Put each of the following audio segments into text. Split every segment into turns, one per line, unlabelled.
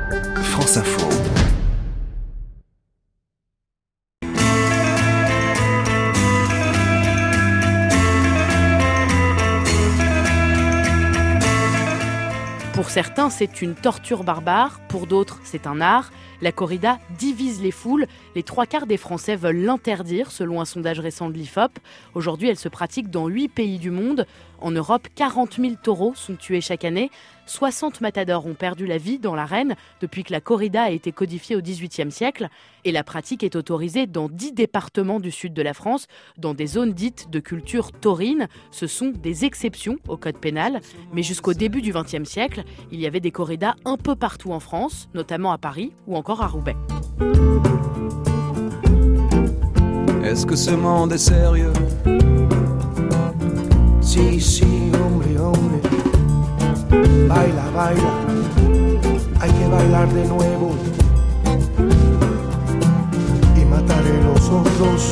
France Info.
Pour certains, c'est une torture barbare, pour d'autres, c'est un art. La corrida divise les foules. Les 3/4 des Français veulent l'interdire, selon un sondage récent de l'IFOP. Aujourd'hui, elle se pratique dans 8 pays du monde. En Europe, 40 000 taureaux sont tués chaque année. 60 matadors ont perdu la vie dans l'arène depuis que la corrida a été codifiée au XVIIIe siècle. Et la pratique est autorisée dans 10 départements du sud de la France, dans des zones dites de culture taurine. Ce sont des exceptions au code pénal. Mais jusqu'au début du XXe siècle, il y avait des corridas un peu partout en France, notamment à Paris ou encore à Roubaix.
Est-ce que ce monde est sérieux?
Sí, sí, hombre, hombre. Baila, baila. Hay que bailar de nuevo. Y mataré los otros.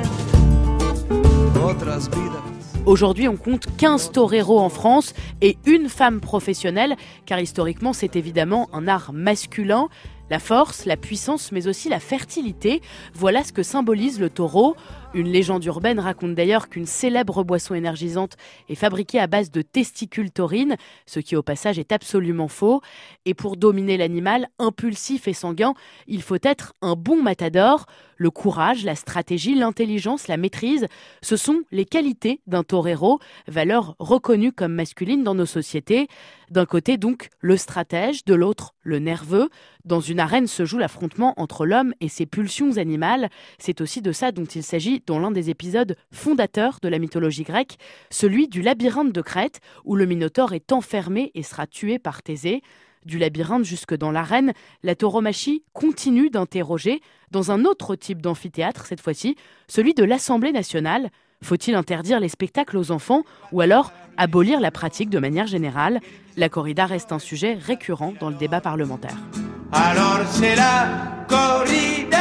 Otras vidas.
Aujourd'hui, on compte 15 toreros en France et une femme professionnelle, car historiquement, c'est évidemment un art masculin. La force, la puissance, mais aussi la fertilité, voilà ce que symbolise le taureau. Une légende urbaine raconte d'ailleurs qu'une célèbre boisson énergisante est fabriquée à base de testicules taurines, ce qui au passage est absolument faux. Et pour dominer l'animal, impulsif et sanguin, il faut être un bon matador. Le courage, la stratégie, l'intelligence, la maîtrise, ce sont les qualités d'un torero, valeurs reconnues comme masculines dans nos sociétés. D'un côté donc le stratège, de l'autre le nerveux. Dans une arène se joue l'affrontement entre l'homme et ses pulsions animales. C'est aussi de ça dont il s'agit dans l'un des épisodes fondateurs de la mythologie grecque, celui du labyrinthe de Crète, où le Minotaure est enfermé et sera tué par Thésée. Du labyrinthe jusque dans l'arène, la tauromachie continue d'interroger dans un autre type d'amphithéâtre cette fois-ci, celui de l'Assemblée nationale. Faut-il interdire les spectacles aux enfants ou alors abolir la pratique de manière générale? La corrida reste un sujet récurrent dans le débat parlementaire.
Alors c'est la corrida.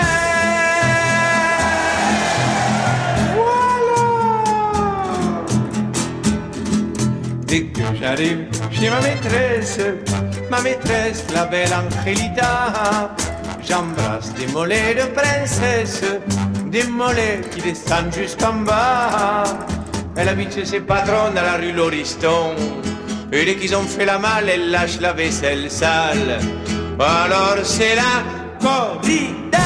Dès que j'arrive chez ma maîtresse, la belle Angelita, j'embrasse des mollets de princesse, des mollets qui descendent jusqu'en bas. Elle habite chez ses patrons dans la rue Lauriston, et dès qu'ils ont fait la malle, elle lâche la vaisselle sale. Alors c'est la corrida.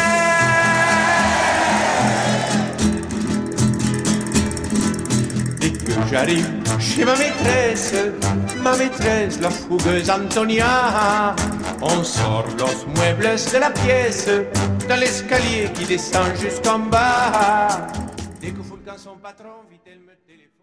Dès que j'arrive chez ma maîtresse, la fougueuse Antonia, on sort los muebles de la pièce, dans l'escalier qui descend jusqu'en bas. Dès que fout le camp son patron, vite elle me téléphone.